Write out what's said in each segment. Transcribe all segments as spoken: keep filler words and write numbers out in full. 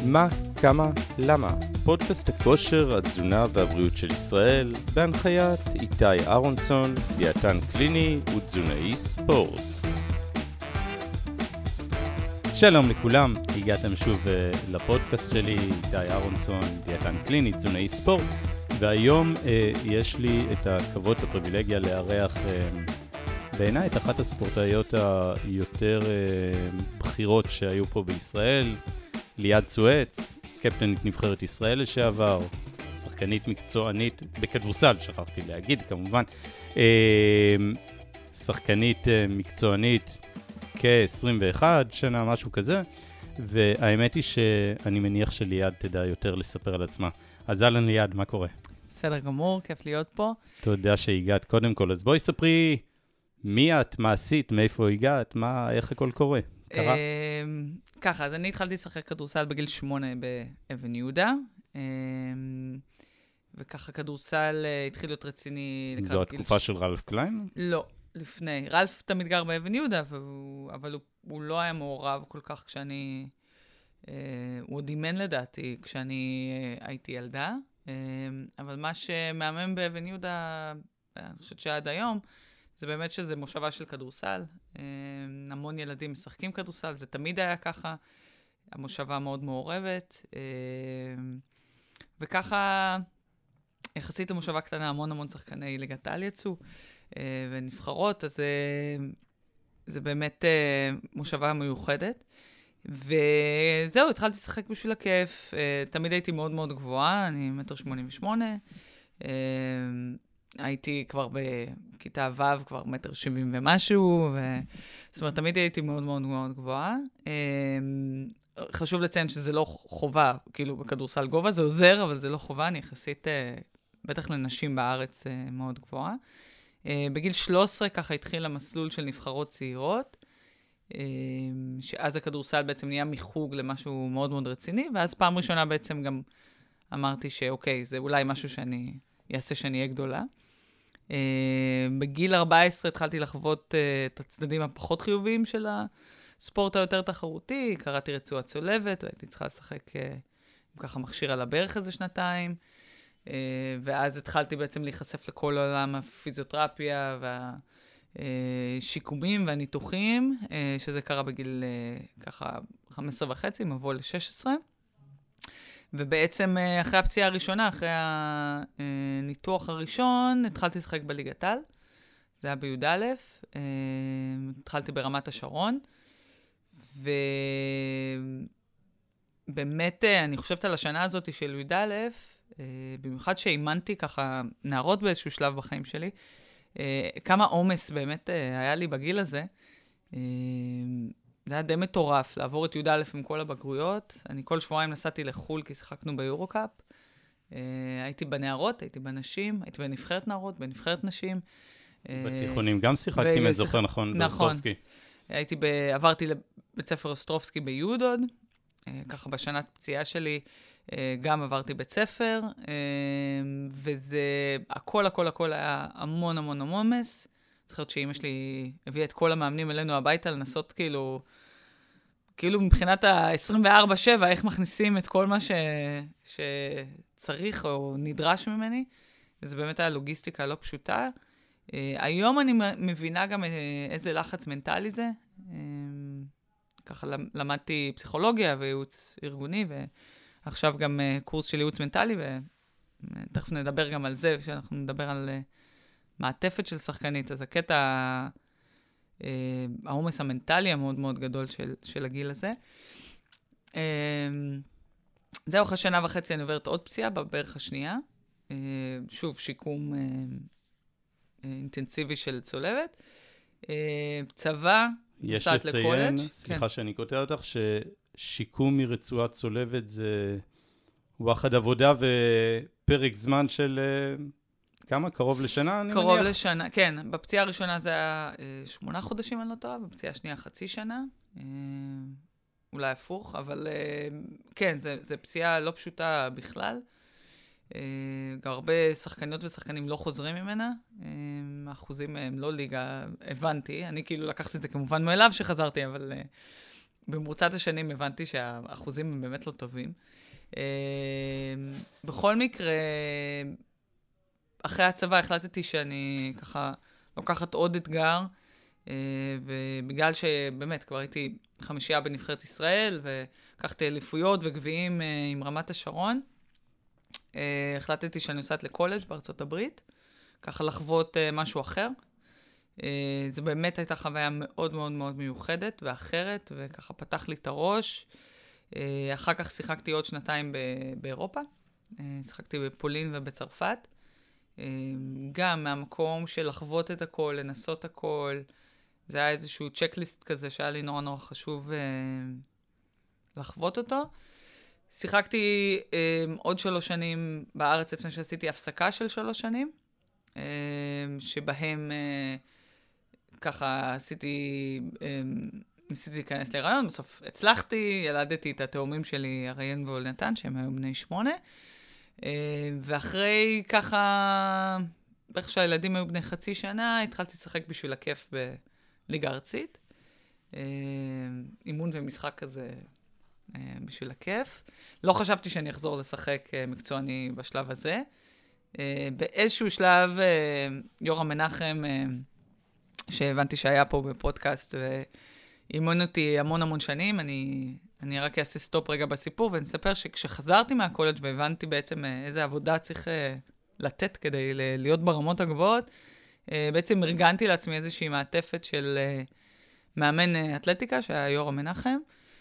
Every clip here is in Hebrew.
מה, כמה, למה? פודקאסט הכושר, התזונה והבריאות של ישראל, בהנחיית איתי אהרונסון, דיאטן קליני ותזונאי ספורט. שלום לכולם, הגעתם שוב uh, לפודקאסט שלי, איתי אהרונסון, דיאטן קליני, תזונאי ספורט, והיום uh, יש לי את הכבוד, הפריבילגיה לארח uh, בעיניי את אחת הספורטאיות היותר uh, בכירות שהיו פה בישראל, ליעד סואץ, קפטנית נבחרת ישראל לשעבר, שחקנית מקצוענית בכדורסל, שכחתי להגיד כמובן, שחקנית מקצוענית כ-עשרים ואחת שנה, משהו כזה, והאמת היא שאני מניח שליעד תדע יותר לספר על עצמה. אז אהלן ליעד, מה קורה? בסדר גמור, כיף להיות פה. תודה שהגעת קודם כל, אז בואי ספרי מי את, מה עשית, מאיפה הגעת, מה, איך הכל קורה? קרה? ככה, אז אני התחלתי לשחק כדורסל בגיל שמונה באבן יהודה, וככה כדורסל התחיל להיות רציני. זו התקופה של רלף קליין? לא, לפני. רלף תמיד גר באבן יהודה, אבל הוא לא היה מעורב כל כך כשאני, הוא עוד אימן לדעתי כשאני הייתי ילדה, אבל מה שמאמן באבן יהודה, אני חושבת שעד היום, זה באמת שזה מושבה של כדורסל, המון ילדים משחקים כדורסל, זה תמיד היה ככה, המושבה מאוד מעורבת, וככה יחסית למושבה קטנה, המון המון שחקני ליגת העל יצאו, ונבחרות, אז זה באמת מושבה מיוחדת, וזהו, התחלתי לשחק בשביל הכיף, תמיד הייתי מאוד מאוד גבוהה, אני מטר שמונים ושמונה, הייתי כבר בכיתה ו', כבר מטר שבעים ומשהו, ו... זאת אומרת, תמיד הייתי מאוד מאוד מאוד גבוהה. חשוב לציין שזה לא חובה, כאילו בכדורסל גובה, זה עוזר, אבל זה לא חובה, אני יחסית, בטח לנשים בארץ, מאוד גבוהה. בגיל שלוש עשרה ככה התחיל המסלול של נבחרות צעירות, שאז הכדורסל בעצם נהיה מחוג למשהו מאוד מאוד רציני, ואז פעם ראשונה בעצם גם אמרתי שאוקיי, זה אולי משהו שאני אעשה שאני אהיה גדולה. Uh, בגיל ארבע עשרה התחלתי לחוות uh, את הצדדים הפחות חיוביים של הספורט היותר תחרותי, קראתי רצועה צולבת, והייתי צריכה לשחק uh, עם ככה מכשיר על הברך איזה שנתיים, uh, ואז התחלתי בעצם להיחשף לכל עולם הפיזיותרפיה והשיקומים והניתוחים, uh, שזה קרה בגיל uh, ככה חמש עשרה וחצי, מבוא ל-שש עשרה. ובעצם אחרי הפציעה הראשונה, אחרי הניתוח הראשון, התחלתי לשחק בליגת העל. זה היה בי"א, התחלתי ברמת השרון, ובאמת, אני חושבת על השנה הזאת של י"א, במיוחד שאימנתי ככה נערות באיזשהו שלב בחיים שלי, כמה עומס באמת היה לי בגיל הזה, זה היה די מטורף, לעבור את י"א עם כל הבגרויות. אני כל שבועיים נסעתי לחול כי שיחקנו ביורוקאפ. הייתי בנערות, הייתי בנשים, הייתי בנבחרת נערות, בנבחרת נשים. בתיכונים גם שיחקתי, אם אני זוכר נכון, באוסטרובסקי. הייתי, עברתי לבית ספר אוסטרובסקי ביוד עוד. ככה בשנת פציעה שלי גם עברתי בית ספר. וזה, הכל, הכל, הכל היה המון, המון, המון עומס. צריכות שאמא שלי הביאה את כל המאמנים אלינו הביתה לנסות כאילו, כאילו מבחינת ה-עשרים וארבע שבע, איך מכניסים את כל מה ש... שצריך או נדרש ממני. זה באמת היה לוגיסטיקה לא פשוטה. היום אני מבינה גם איזה לחץ מנטלי זה. ככה למדתי פסיכולוגיה וייעוץ ארגוני, ועכשיו גם קורס של ייעוץ מנטלי, ותכף נדבר גם על זה, שאנחנו נדבר על מעטפת של שחקנית, אז הקטע, אה, העומס המנטלי המאוד מאוד גדול של, של הגיל הזה. אה, זהו, אחרי שנה וחצי אני עוברת עוד פציעה בברך השנייה. אה, שוב, שיקום אה, אה, אינטנסיבי של צולבת. אה, צבא, נוסעת לקולג'. יש לציין, סליחה כן. שאני קוטע אותך, ששיקום מרצועת צולבת זה וואחד עבודה ופרק זמן של... אה, כמה? קרוב לשנה, אני קרוב מניח? קרוב לשנה, כן. בפציעה הראשונה זה היה אה, שמונה חודשים, אני לא טועה, בפציעה השנייה חצי שנה. אה, אולי הפוך, אבל אה, כן, זה, זה פציעה לא פשוטה בכלל. אה, גם הרבה שחקניות ושחקנים לא חוזרים ממנה. אה, האחוזים הם לא ליגה, הבנתי. אני כאילו לקחתי את זה כמובן מאליו שחזרתי, אבל אה, במרוצת השנים הבנתי שהאחוזים הם באמת לא טובים. בכל מקרה, אחרי הצבא החלטתי שאני ככה לוקחת עוד אתגר, ובגלל שבאמת כבר הייתי חמישייה בנבחרת ישראל, ולקחתי אליפויות וגביעים עם רמת השרון, החלטתי שאני נוסעת לקולג' בארצות הברית, ככה לחוות משהו אחר. זו באמת הייתה חוויה מאוד מאוד מאוד מיוחדת ואחרת, וככה פתח לי את הראש. אחר כך שיחקתי עוד שנתיים באירופה, שיחקתי בפולין ובצרפת, גם מהמקום של לחוות את הכל, לנסות הכל. זה היה איזשהו צ'קליסט כזה שהיה לי נורא נורא חשוב לחוות אותו. שיחקתי עוד שלוש שנים בארץ לפני שעשיתי הפסקה של שלוש שנים, שבהם ככה עשיתי, ניסיתי להיכנס להיריון, בסוף הצלחתי, ילדתי את התאומים שלי, אריאן ואולנתן, שהם היו בני שמונה, ואחרי ככה, בערך שהילדים היו בני חצי שנה, התחלתי לשחק בשביל הכיף בליגה ארצית, אימון ומשחק כזה בשביל הכיף. לא חשבתי שאני אחזור לשחק מקצועני בשלב הזה. באיזשהו שלב, יורם מנחם, שהבנתי שהיה פה בפודקאסט, ואימון אותי המון המון שנים, אני, אני רק אעשה סטופ רגע בסיפור, ונספר שכשחזרתי מהקולג' והבנתי בעצם איזה עבודה צריך לתת כדי להיות ברמות הגבוהות, בעצם ארגנתי לעצמי איזושהי מעטפת של מאמן אתלטיקה, שהיה יורם מנחם,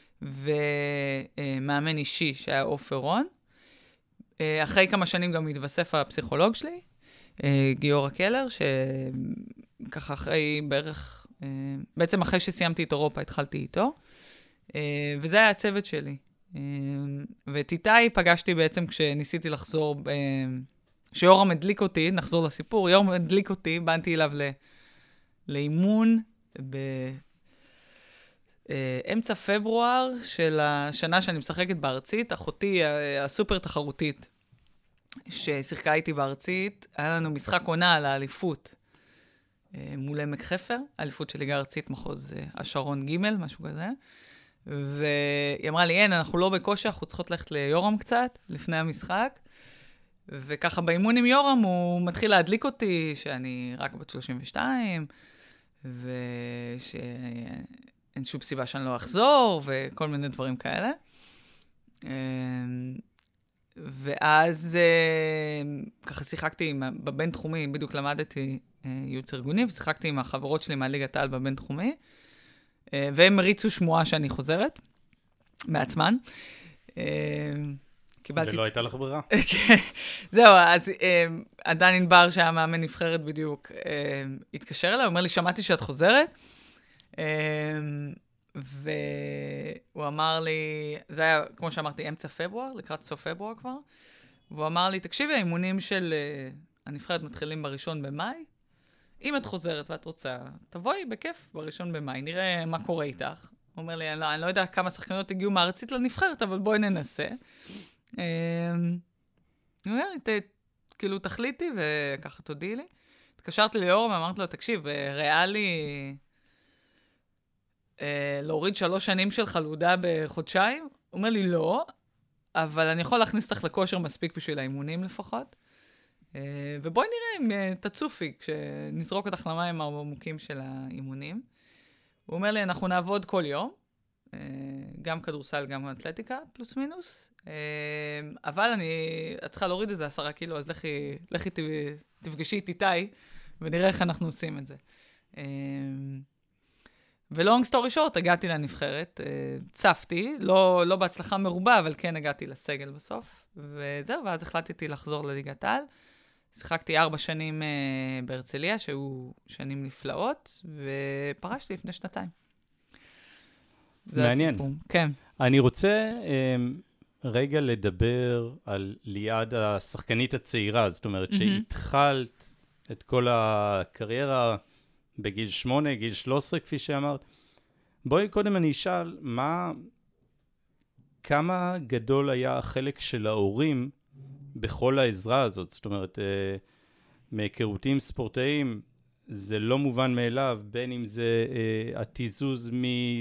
ומאמן אישי, שהיה עופר רון. אחרי כמה שנים גם התווסף הפסיכולוג שלי, גיורא קלר, שככה אחרי בערך, בעצם אחרי שסיימתי את אירופה, התחלתי איתו, וזה היה הצוות שלי. ואת איתי פגשתי בעצם כשניסיתי לחזור, שיורם הדליק אותי, נחזור לסיפור, יורם הדליק אותי, באנתי אליו לאימון באמצע פברואר של השנה שאני משחקת בארצית, אחותי הסופר תחרותית, ששיחקה איתי בארצית, היה לנו משחק עונה על האליפות מול עמק חפר, האליפות של ליגה ארצית מחוז השרון ג', משהו כזה, והיא אמרה לי, אין, אנחנו לא בכושר, אנחנו צריכות ללכת ליורם קצת, לפני המשחק, וככה באימון עם יורם הוא מתחיל להדליק אותי, שאני רק בת שלושים ושתיים, ושאין שום סיבה שאני לא אחזור, וכל מיני דברים כאלה. ואז ככה שיחקתי בבין תחומי, בדיוק למדתי ייעוץ ארגוני, ושיחקתי עם החברות שלי מהליגת העל בבין תחומי, והם הריצו שמועה שאני חוזרת, מעצמן. קיבלתי... ולא הייתה לך ברירה. זהו, אז עדן ענבר, שהיה מאמן נבחרת בדיוק, התקשר אליי, הוא אומר לי, שמעתי שאת חוזרת, והוא אמר לי, זה היה, כמו שאמרתי, אמצע פברואר, לקראת סוף פברואר כבר, והוא אמר לי, תקשיבי, האימונים של הנבחרת מתחילים בראשון במאי, אם את חוזרת ואת רוצה, תבואי בכיף בראשון במאי, נראה מה קורה איתך. הוא אומר לי, אני לא, אני לא יודע כמה שחקניות הגיעו מהארצית לנבחרת, אבל בואי ננסה. הוא אומר לי, כאילו, תחליטי וככה תודיעי לי. התקשרתי ליורם ואמרתי לו, תקשיב, ריאלי להוריד שלוש שנים של חלודה בחודשיים? הוא אומר לי, לא, אבל אני יכול להכניס אותך לכושר מספיק בשביל האימונים לפחות. ובואי נראה אם תצופי, כשנזרוק אותך למים העמוקים של האימונים. הוא אומר לי, אנחנו נעבוד כל יום, גם כדורסל, גם אתלטיקה, פלוס מינוס, אבל אני, את צריכה להוריד איזה עשרה קילו, אז לכי, לכי תפגשי את איתי, ונראה איך אנחנו עושים את זה. ולונג סטורי שורט, הגעתי לנבחרת, צפתי, לא, לא בהצלחה מרובה, אבל כן הגעתי לסגל בסוף, וזהו, ואז החלטתי לחזור לליגת העל. שיחקתי ארבע שנים uh, בהרצליה, שהיו שנים נפלאות, ופרשתי לפני שנתיים. מעניין. כן. אני רוצה um, רגע לדבר על ליעד השחקנית הצעירה, זאת אומרת mm-hmm. שהתחלת את כל הקריירה בגיל שמונה, גיל שלוש עשרה, כפי שאמרת. בואי קודם אני אשאל, מה, כמה גדול היה החלק של ההורים בכל העזרה הזאת? זאת אומרת, אה, מהיכרותים ספורטאים, זה לא מובן מאליו, בין אם זה אה, התיזוז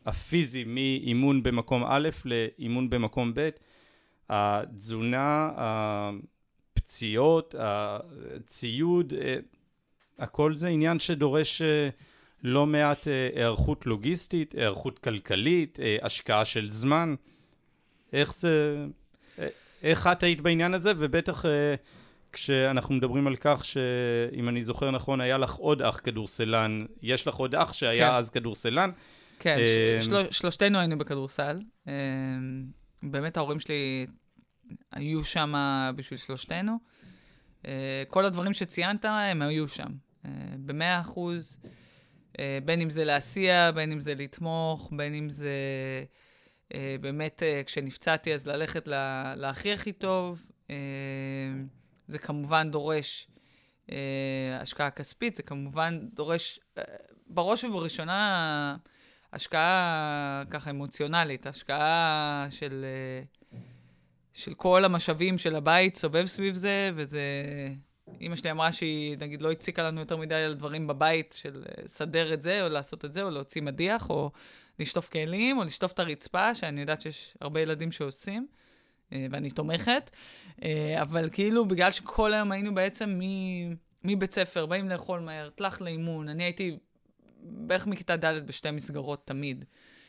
הפיזי מאימון במקום א' לאימון במקום ב', התזונה, הפציעות, הציוד, הכל זה עניין שדורש לא מעט הערכות לוגיסטית, הערכות כלכלית, השקעה של זמן. איך זה, איך את היית בעניין הזה? ובטח כשאנחנו מדברים על כך שאם אני זוכר נכון, היה לך עוד אח כדורסלן, יש לך עוד אח שהיה כן. אז כדורסלן. כן, של... שלושתנו היינו בכדורסל. באמת ההורים שלי היו שם בשביל שלושתנו. כל הדברים שציינת הם היו שם. במאה אחוז, בין אם זה להסיע, בין אם זה לתמוך, בין אם זה באמת כשנפצעתי אז ללכת להכי הכי טוב. זה כמובן דורש השקעה כספית, זה כמובן דורש בראש ובראשונה השקעה ככה אמוציונלית, השקעה של, של כל המשאבים של הבית סובב סביב זה, וזה, אמא שלי אמרה שהיא, נגיד, לא הציקה לנו יותר מדי על דברים בבית, של סדר את זה, או לעשות את זה, או להוציא מדיח, או לשטוף כלים, או לשטוף את הרצפה, שאני יודעת שיש הרבה ילדים שעושים, ואני תומכת, אבל כאילו, בגלל שכל היום היינו בעצם מבית ספר, באים לאכול מהר, תלך לאימון, אני הייתי בערך מכיתה ד' בשתי מסגרות תמיד.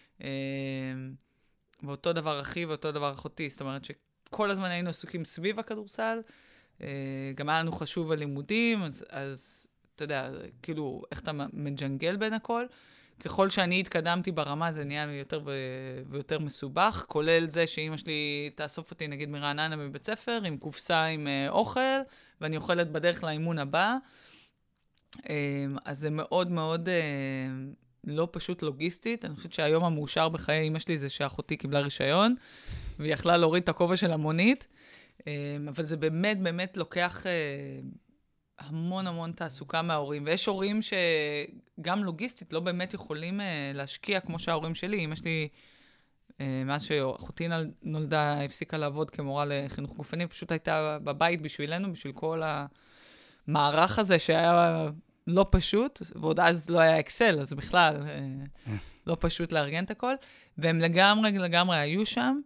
ואותו דבר אחי ואותו דבר אחותי. זאת אומרת שכל הזמן היינו עסוקים סביב הכדורסל. גם היה לנו חשוב הלימודים, אז, אז אתה יודע, כאילו, איך אתה מג'נגל בין הכל. ככל שאני התקדמתי ברמה, זה נהיה יותר ו- ויותר מסובך, כולל זה שאמא שלי תאסוף אותי, נגיד, מרעננה מבית ספר, עם קופסה עם אוכל, ואני אוכלת בדרך לאימון הבא. אז זה מאוד מאוד לא פשוט לוגיסטית. אני חושבת שהיום המאושר בחיי אמא שלי זה שאחותי קיבלה רישיון, והיא יכלה להוריד את הכובע של המונית, אבל זה באמת באמת לוקח המון המון תעסוקה מההורים, ויש הורים שגם לוגיסטית לא באמת יכולים להשקיע כמו שההורים שלי. אמא שלי, מאז שאחותי נולדה, הפסיקה לעבוד כמורה לחינוך גופני, פשוט הייתה בבית בשבילנו, בשביל כל המערך הזה שהיה לא פשוט, ועוד אז לא היה אקסל, אז בכלל לא פשוט לארגן את הכל, והם לגמרי לגמרי היו שם.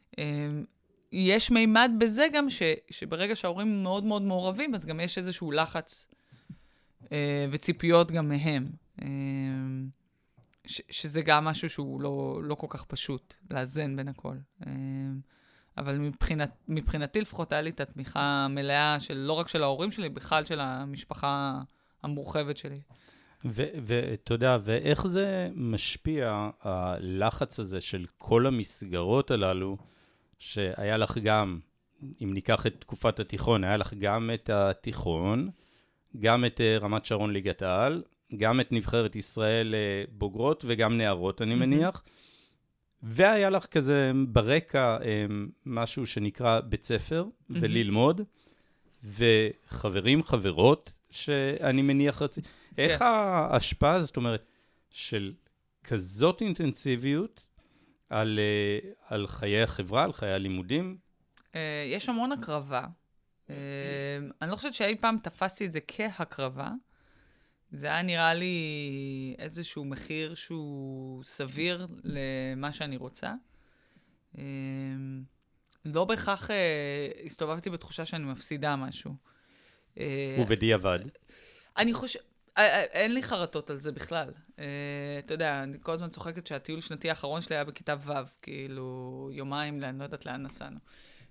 יש מימד בזה גם ש, שברגע שההורים מאוד מאוד מעורבים, אז גם יש איזשהו לחץ אה, וציפיות גם מהם. אה, ש, שזה גם משהו שהוא לא, לא כל כך פשוט, לאזן בין הכל. אה, אבל מבחינת, מבחינתי לפחות היה לי את התמיכה המלאה של לא רק של ההורים שלי, בכלל של המשפחה המורחבת שלי. ואתה יודע, ואיך זה משפיע, הלחץ הזה של כל המסגרות הללו, שהיה לך גם, אם ניקח את תקופת התיכון, היה לך גם את התיכון, גם את רמת שרון ליגת העל, גם את נבחרת ישראל בוגרות וגם נערות, אני מניח. והיה לך כזה ברקע משהו שנקרא בית ספר וללמוד, וחברים, חברות, שאני מניח רצי. איך ההשפעה, זאת אומרת, של כזאת אינטנסיביות, על, על חיי החברה, על חיי הלימודים? יש המון הקרבה. אני לא חושבת שאי פעם תפסתי את זה כהקרבה. זה היה נראה לי איזשהו מחיר שהוא סביר למה שאני רוצה. לא בהכרח הסתובבתי בתחושה שאני מפסידה משהו. ובדיעבד? אני חושב... אין לי חרטות על זה בכלל. אתה יודע, אני כל הזמן צוחקת שהטיול שנתי האחרון שלי היה בכיתה ו', כאילו יומיים, אני לא יודעת לאן נסענו.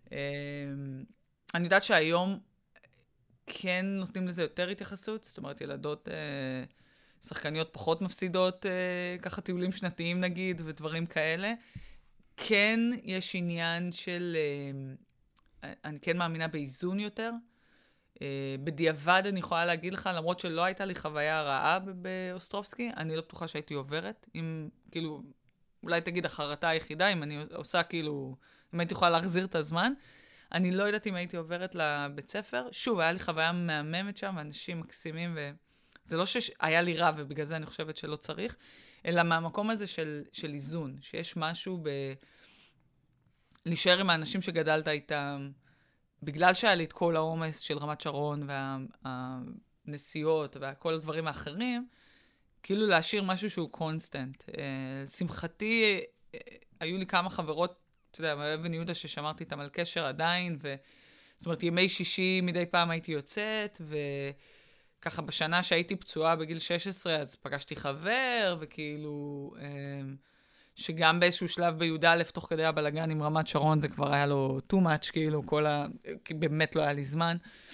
אני יודעת שהיום כן נותנים לזה יותר התייחסות, זאת אומרת, ילדות שחקניות פחות מפסידות, ככה טיולים שנתיים נגיד, ודברים כאלה. כן יש עניין של, אני כן מאמינה באיזון יותר, Uh, בדיעבד אני יכולה להגיד לך, למרות שלא הייתה לי חוויה רעה באוסטרובסקי, אני לא בטוחה שהייתי עוברת, אם כאילו, אולי תגיד החרטה היחידה, אם אני עושה כאילו, אם הייתי יכולה להחזיר את הזמן, אני לא יודעת אם הייתי עוברת לבית ספר. שוב, היה לי חוויה מהממת שם, אנשים מקסימים, וזה לא שהיה לי רע, ובגלל זה אני חושבת שלא צריך, אלא מהמקום הזה של, של איזון, שיש משהו ב... להישאר עם האנשים שגדלת איתם, בגלל שהיה לי את כל העומס של רמת שרון והנסיעות וכל הדברים האחרים, כאילו להשאיר משהו שהוא קונסטנט. שמחתי, היו לי כמה חברות, אתה יודע, מאבן יהודה ששמרתי איתם על קשר עדיין, ו... זאת אומרת, ימי שישי מדי פעם הייתי יוצאת, וככה בשנה שהייתי פצועה בגיל שש עשרה, אז פגשתי חבר, וכאילו, שגם באיזשהו שלב ביהודה א', תוך כדי הבלגן עם רמת שרון, זה כבר היה לו too much, כאילו, כל ה... כי באמת לא היה לי זמן.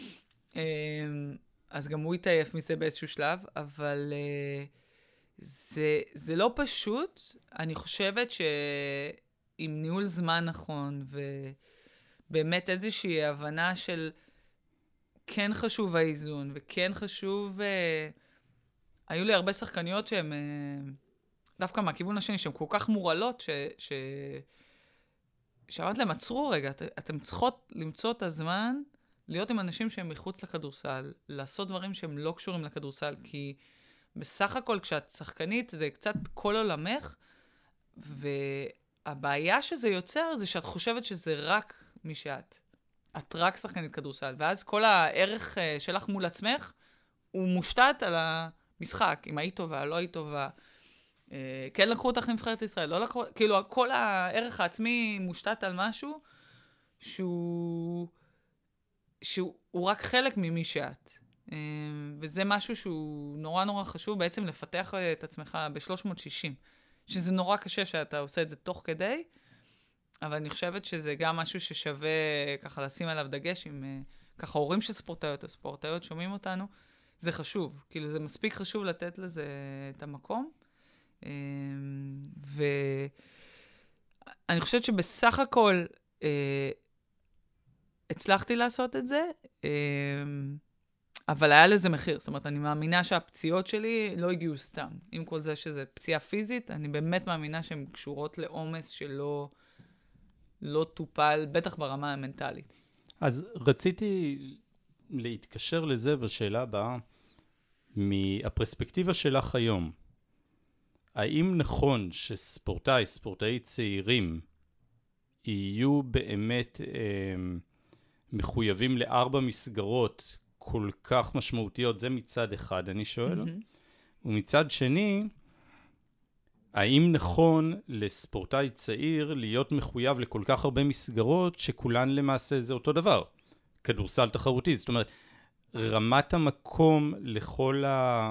אז גם הוא התעייף מזה באיזשהו שלב, אבל זה, זה לא פשוט. אני חושבת שעם ניהול זמן נכון, ובאמת איזושהי הבנה של כן חשוב האיזון, וכן חשוב... היו לי הרבה שחקניות שהן, דווקא מהכיוון השני, שהן כל כך מורלות, ש... ש... שאמרת להם, עצרו רגע, את, אתם צריכות למצוא את הזמן, להיות עם אנשים שהם מחוץ לכדורסל, לעשות דברים שהם לא קשורים לכדורסל, כי בסך הכל כשאת שחקנית זה קצת כל עולמך, והבעיה שזה יוצר זה שאת חושבת שזה רק מי שאת. את רק שחקנית כדורסל, ואז כל הערך שלך מול עצמך הוא מושתת על המשחק, אם היית טובה, לא היית טובה. כן לקחו אותך לנבחרת ישראל, לא לקחו, כאילו כל הערך העצמי מושתת על משהו שהוא... שהוא רק חלק ממי שאת. וזה משהו שהוא נורא נורא חשוב בעצם לפתח את עצמך ב-שלוש מאות שישים. שזה נורא קשה שאתה עושה את זה תוך כדי, אבל אני חושבת שזה גם משהו ששווה ככה לשים עליו דגש עם ככה הורים של ספורטאיות או ספורטאיות שומעים אותנו. זה חשוב. כאילו זה מספיק חשוב לתת לזה את המקום. ואני חושבת שבסך הכל הצלחתי לעשות את זה, אבל היה לזה מחיר. זאת אומרת, אני מאמינה שהפציעות שלי לא הגיעו סתם. עם כל זה שזה פציעה פיזית, אני באמת מאמינה שהן קשורות לעומס שלא לא טופל, בטח ברמה המנטלית. אז רציתי להתקשר לזה בשאלה הבאה, מהפרספקטיבה שלך היום. האם נכון שספורטאי, ספורטאי צעירים, יהיו באמת אה, מחויבים לארבע מסגרות כל כך משמעותיות? זה מצד אחד, אני שואל. Mm-hmm. ומצד שני, האם נכון לספורטאי צעיר להיות מחויב לכל כך הרבה מסגרות שכולן למעשה זה אותו דבר? כדורסל תחרותי, זאת אומרת, רמת המקום לכל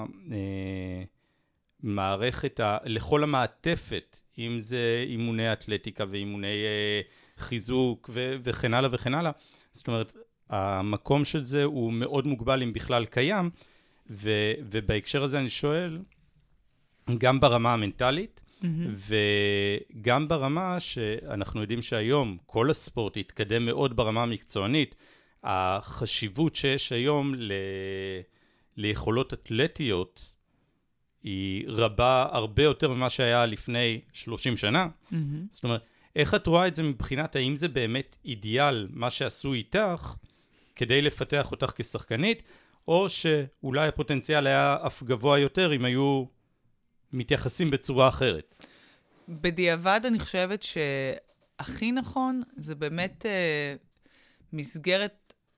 המערכת, לכל המעטפת, אם זה אימוני אתלטיקה ואימוני חיזוק ו- וכן הלאה וכן הלאה. זאת אומרת, המקום של זה הוא מאוד מוגבל אם בכלל קיים, ו- ובהקשר הזה אני שואל, גם ברמה המנטלית, mm-hmm. וגם ברמה שאנחנו יודעים שהיום כל הספורט יתקדם מאוד ברמה המקצוענית, החשיבות שיש היום ל... ליכולות אתלטיות היא רבה הרבה יותר ממה שהיה לפני שלושים שנה. Mm-hmm. זאת אומרת, איך את רואה את זה מבחינת האם זה באמת אידיאל מה שעשו איתך כדי לפתח אותך כשחקנית, או שאולי הפוטנציאל היה אף גבוה יותר אם היו מתייחסים בצורה אחרת? בדיעבד אני חושבת שהכי נכון זה באמת אה, מסגרת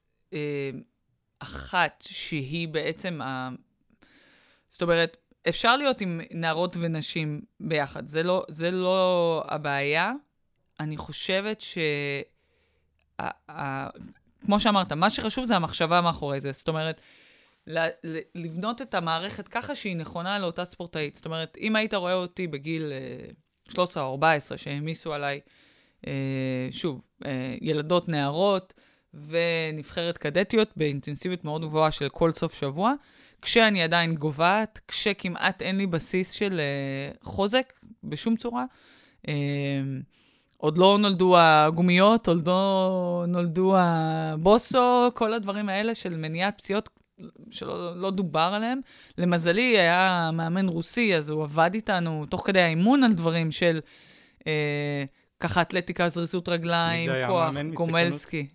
אחת שהיא בעצם, ה... זאת אומרת, אפשר להיות עם נערות ונשים ביחד, זה לא, זה לא הבעיה. אני חושבת ש... ה... ה... כמו שאמרת, מה שחשוב זה המחשבה מאחורי זה, זאת אומרת, לבנות את המערכת ככה שהיא נכונה לאותה ספורטאית. זאת אומרת, אם היית רואה אותי בגיל שלוש עשרה או ארבע עשרה שהמיסו עליי, שוב, ילדות, נערות, ונבחרת קדטיות באינטנסיביות מאוד גבוהה של כל סוף שבוע, כשאני עדיין גובעת, כשכמעט אין לי בסיס של uh, חוזק בשום צורה. Uh, עוד לא נולדו הגומיות, עוד לא נולדו הבוסו, כל הדברים האלה של מניעת פציעות שלא לא דובר עליהם. למזלי היה מאמן רוסי, אז הוא עבד איתנו תוך כדי האימון על דברים של uh, ככה אתלטיקה, זריסות רגליים, כוח, גומלסקי.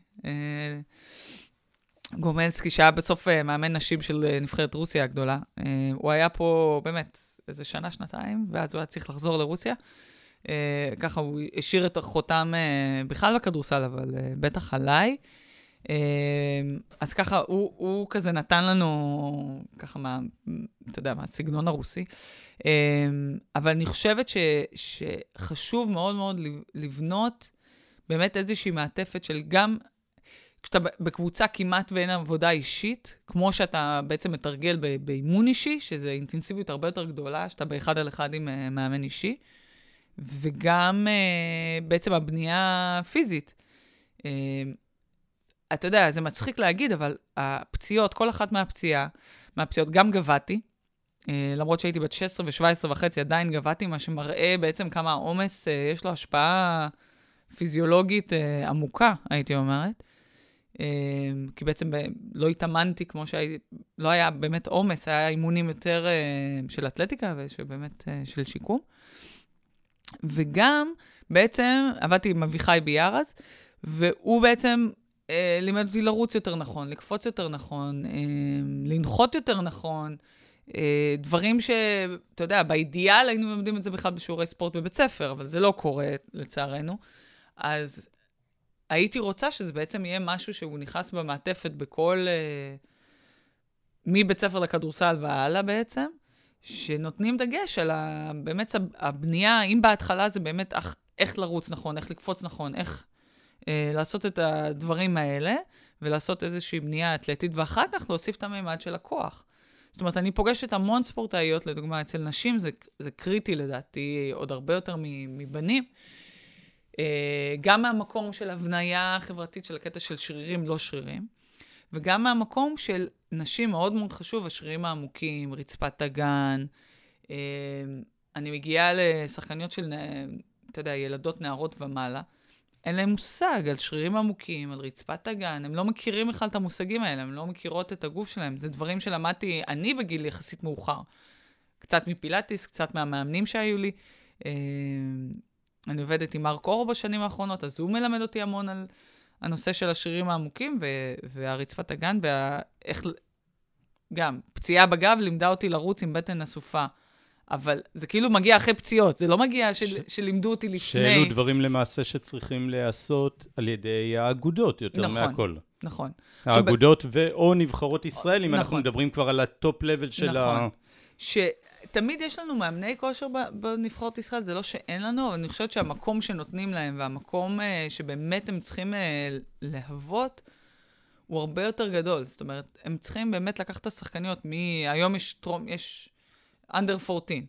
גומלסקי, שהיה בסוף מאמן נשים של נבחרת רוסיה הגדולה. הוא היה פה באמת איזה שנה, שנתיים, ואז הוא היה צריך לחזור לרוסיה. ככה הוא השאיר את החותם בכלל בכדורסל, אבל בטח עליי. אז ככה, הוא, הוא כזה נתן לנו, ככה מה, אתה יודע, מהסגנון הרוסי. אבל אני חושבת ש, שחשוב מאוד מאוד לבנות באמת איזושהי מעטפת של גם, כשאתה בקבוצה כמעט ואין עבודה אישית, כמו שאתה בעצם מתרגל באימון אישי, שזו אינטנסיביות הרבה יותר גדולה, שאתה באחד על אחד עם מאמן אישי, וגם בעצם הבנייה פיזית. אתה יודע, זה מצחיק להגיד, אבל הפציעות, כל אחת מהפציעה, מהפציעות, גם גבעתי, למרות שהייתי בת שש עשרה ו-שבע עשרה וחצי, עדיין גבעתי, מה שמראה בעצם כמה העומס, יש לו השפעה פיזיולוגית עמוקה, הייתי אומרת. כי בעצם לא התאמנתי כמו שהייתי, לא היה באמת עומס, היה אימונים יותר של אתלטיקה ובאמת של שיקום. וגם בעצם עבדתי עם אביחי ביארז, והוא בעצם לימד אותי לרוץ יותר נכון, לקפוץ יותר נכון, לנחות יותר נכון, דברים שאתה יודע, באידיאל היינו לומדים את זה בכלל בשיעורי ספורט בבית ספר, אבל זה לא קורה לצערנו. אז הייתי רוצה שזה בעצם יהיה משהו שהוא נכנס במעטפת בכל, מבית ספר לכדורסל והלאה בעצם, שנותנים דגש על ה, באמת הבנייה, אם בהתחלה זה באמת איך, איך לרוץ נכון, איך לקפוץ נכון, איך אה, לעשות את הדברים האלה, ולעשות איזושהי בנייה אתלטית, ואחר כך להוסיף את הממד של הכוח. זאת אומרת, אני פוגשת המון ספורטאיות, לדוגמה, אצל נשים זה, זה קריטי לדעתי, עוד הרבה יותר מבנים, אה, גם מהמקום של הבניה חברתית של הקטע של שרירים, לא שרירים, וגם מהמקום של נשים מאוד מאוד חשוב, השרירים העמוקים, רצפת הגן. אני מגיעה לשחקניות של, אתה יודע, ילדות נערות ומעלה. אין להם מושג על שרירים עמוקים, על רצפת הגן. הם לא מכירים בכלל את המושגים האלה, הם לא מכירות את הגוף שלהם. זה דברים שלמדתי, אני בגיל יחסית מאוחר. קצת מפילאטיס, קצת מהמאמנים שהיו לי. אני עובדת עם מרק אורו בשנים האחרונות, אז הוא מלמד אותי המון על הנושא של השרירים העמוקים והרצפת הגן, ואיך גם פציעה בגב לימדה אותי לרוץ עם בטן אסופה. אבל זה כאילו מגיע אחרי פציעות, זה לא מגיע של, ש... שלימדו אותי לפני. שאלו דברים למעשה שצריכים להיעשות על ידי האגודות יותר נכון, מהכל. נכון. האגודות שב... ואו נבחרות ישראל, אם נכון. אנחנו מדברים כבר על הטופ לבל של נכון. ה... שתמיד יש לנו מאמני כושר בנבחרות ישראל, זה לא שאין לנו, אבל אני חושבת שהמקום שנותנים להם, והמקום שבאמת הם צריכים להוות, הוא הרבה יותר גדול. זאת אומרת, הם צריכים באמת לקחת את השחקניות, מהיום יש טרום, יש under ארבע עשרה.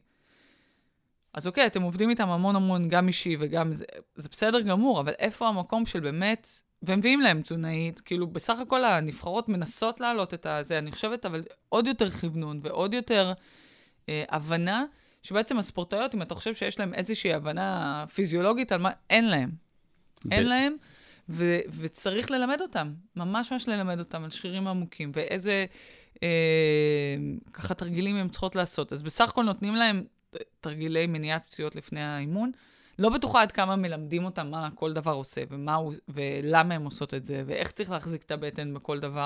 אז אוקיי, אתם עובדים איתם המון המון, גם אישי וגם זה, זה בסדר גמור, אבל איפה המקום של באמת, והם מביאים להם תזונאית, כאילו בסך הכל הנבחרות מנסות להעלות את זה, אני חושבת, אבל עוד יותר כיוונון ועוד יותר אה, הבנה, שבעצם הספורטאיות, אם אתה חושב שיש להם איזושהי הבנה פיזיולוגית על מה, אין להם. ב- אין להם, ו- וצריך ללמד אותם, ממש ממש ללמד אותם על שרירים עמוקים, ואיזה אה, ככה תרגילים הם צריכות לעשות. אז בסך הכל נותנים להם תרגילי מניעת פציעות לפני האימון, לא בטוחה עד כמה מלמדים אותם מה כל דבר עושה, ומה הוא, ולמה הם עושות את זה, ואיך צריך להחזיק את הבטן בכל דבר.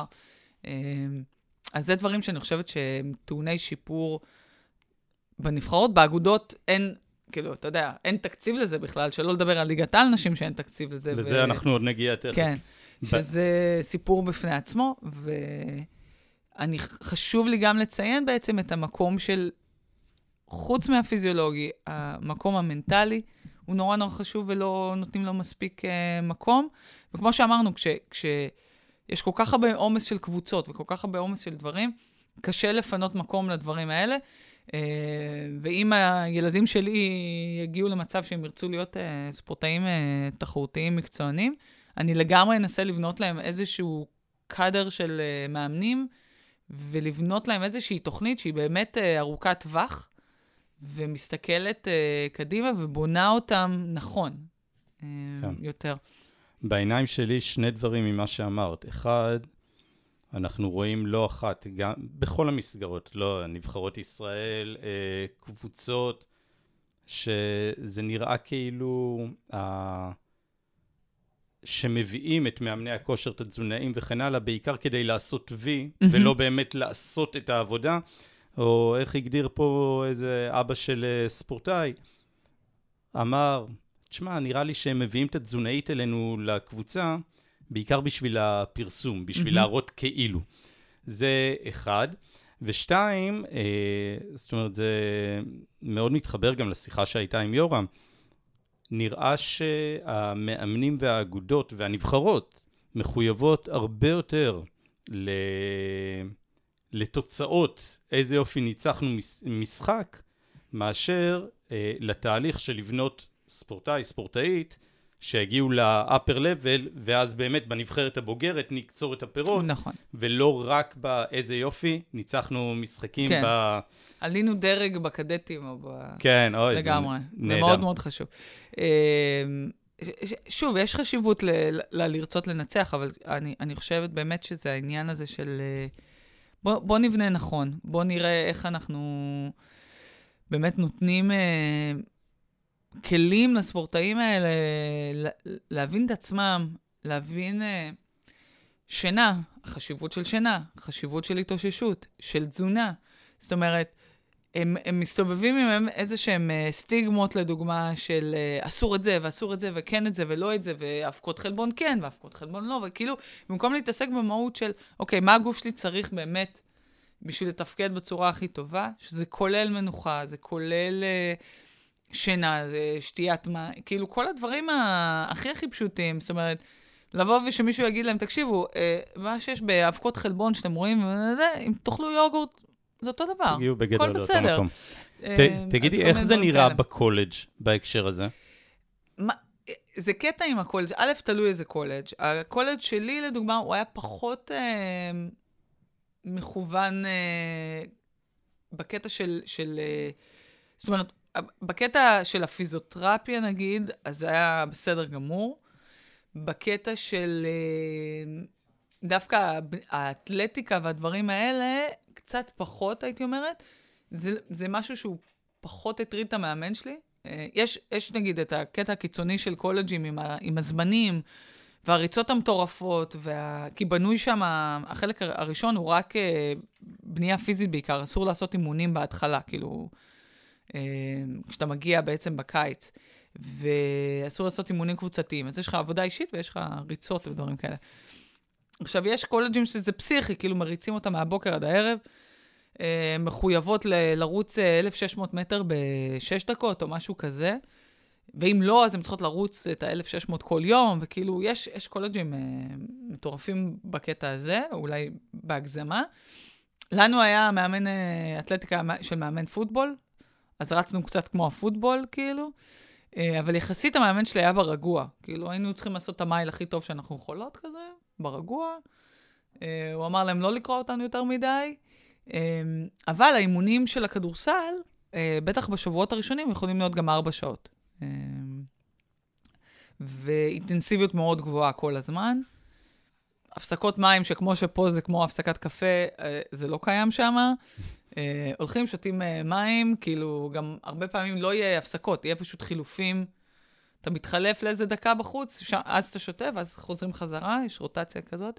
אז זה דברים שאני חושבת שהם טעוני שיפור בנבחרות, באגודות אין, כאילו, אתה יודע, אין תקציב לזה בכלל, שלא לדבר על ליגת העל נשים שאין תקציב לזה. לזה ו... אנחנו עוד נגיע תכף. כן, ב... שזה סיפור בפני עצמו, ואני חשוב לי גם לציין בעצם את המקום של חוץ מהפיזיולוגי, המקום המנטלי הוא נורא נורא חשוב ולא נותנים לו מספיק uh, מקום. וכמו שאמרנו, כש, כשיש כל כך הרבה עומס של קבוצות וכל כך הרבה עומס של דברים, קשה לפנות מקום לדברים האלה. Uh, ואם הילדים שלי יגיעו למצב שהם ירצו להיות uh, ספורטאים uh, תחרותיים מקצוענים, אני לגמרי אנסה לבנות להם איזשהו קאדר של uh, מאמנים, ולבנות להם איזושהי תוכנית שהיא באמת uh, ארוכת טווח, ומסתכלת uh, קדימה ובונה אותם נכון uh, כן. יותר. בעיניים שלי שני דברים ממה שאמרת. אחד, אנחנו רואים לא אחת, גם בכל המסגרות, לא נבחרות ישראל, uh, קבוצות, שזה נראה כאילו uh, שמביאים את מאמני הכושר, את התזונאים וכן הלאה, בעיקר כדי לעשות וי, mm-hmm. ולא באמת לעשות את העבודה. או איך הגדיר פה איזה אבא של ספורטאי, אמר, תשמע, נראה לי שהם מביאים את התזונאית אלינו לקבוצה, בעיקר בשביל הפרסום, בשביל mm-hmm. להראות כאילו. זה אחד. ושתיים, אה, זאת אומרת, זה מאוד מתחבר גם לשיחה שהייתה עם יורם, נראה שהמאמנים והאגודות והנבחרות מחויבות הרבה יותר ל... לתוצאות, איזה יופי ניצחנו משחק, מאשר אה, לתהליך של לבנות ספורטאי, ספורטאית, שהגיעו ל-upper level, ואז באמת בנבחרת הבוגרת נקצור את הפירות, נכון. ולא רק באיזה יופי, ניצחנו משחקים כן. ב... עלינו דרג בקדטים או ב... כן, אוי, לגמרי. זה נהדר. זה מאוד מאוד חשוב. שוב, יש חשיבות ל- ל- לרצות לנצח, אבל אני, אני חושבת באמת שזה העניין הזה של... בוא, בוא נבנה נכון, בוא נראה איך אנחנו באמת נותנים אה, כלים לספורטאים האלה, לה, להבין את עצמם, להבין אה, שינה, החשיבות של שינה, החשיבות של התאוששות, של תזונה. זאת אומרת, הם, הם מסתובבים עם איזה שהם סטיגמות, לדוגמה, של אסור את זה, ואסור את זה, וכן את זה, ולא את זה, והפקות חלבון כן, והפקות חלבון לא, וכאילו, במקום להתעסק במהות של, אוקיי, מה הגוף שלי צריך באמת בשביל לתפקד בצורה הכי טובה, שזה כולל מנוחה, זה כולל uh, שינה, זה שתיית מה, כאילו, כל הדברים הכי הכי פשוטים, זאת אומרת, לבוא ושמישהו יגיד להם, תקשיבו, uh, מה שיש בהפקות חלבון שאתם רואים, אם תאכלו יוגורט, זה אותו דבר. תגיעו בגדול לאותו מקום. Uh, תגידי, איך זה נראה בקולג' בהקשר הזה? מה, זה קטע עם הקולג'. א', תלוי איזה קולג'. הקולג' שלי, לדוגמה, הוא היה פחות אה, מכוון אה, בקטע של, של אה, זאת אומרת, בקטע של הפיזיותרפיה, נגיד, אז זה היה בסדר גמור. בקטע של אה, דווקא האתלטיקה והדברים האלה, קצת פחות, הייתי אומרת. זה, זה משהו שהוא פחות הטריד את המאמן שלי. יש, יש נגיד את הקטע הקיצוני של קולג'ים עם, ה, עם הזמנים, והריצות המטורפות, וה... כי בנוי שם, החלק הראשון הוא רק בנייה פיזית בעיקר, אסור לעשות אימונים בהתחלה, כאילו, כשאתה מגיע בעצם בקיץ, ואסור לעשות אימונים קבוצתיים, אז יש לך עבודה אישית ויש לך ריצות ודברים כאלה. עכשיו, יש קולג'ים שזה פסיכי, כאילו מריצים אותם מהבוקר עד הערב, מחויבות ל- לרוץ אלף ושש מאות מטר בשש דקות או משהו כזה, ואם לא, אז הם צריכות לרוץ את ה-אלף ושש מאות כל יום, וכאילו יש, יש קולג'ים אה, מטורפים בקטע הזה, אולי בהגזמה. לנו היה מאמן אה, אתלטיקה של מאמן פוטבול, אז רצנו קצת כמו הפוטבול, כאילו, אה, אבל יחסית המאמן שלי היה ברגוע, כאילו היינו צריכים לעשות את המייל הכי טוב שאנחנו יכולות כזה, ברגוע. אה, הוא אמר להם לא לקרוא אותנו יותר מדי, אבל האימונים של הכדורסל, בטח בשבועות הראשונים, יכולים להיות גם ארבע שעות. ואינטנסיביות מאוד גבוהה כל הזמן. הפסקות מים, שכמו שפה זה כמו הפסקת קפה, זה לא קיים שם. הולכים, שותים מים, כאילו גם הרבה פעמים לא יהיה הפסקות, יהיה פשוט חילופים. אתה מתחלף לאיזה דקה בחוץ, אז אתה שותה, ואז חוזרים חזרה, יש רוטציה כזאת.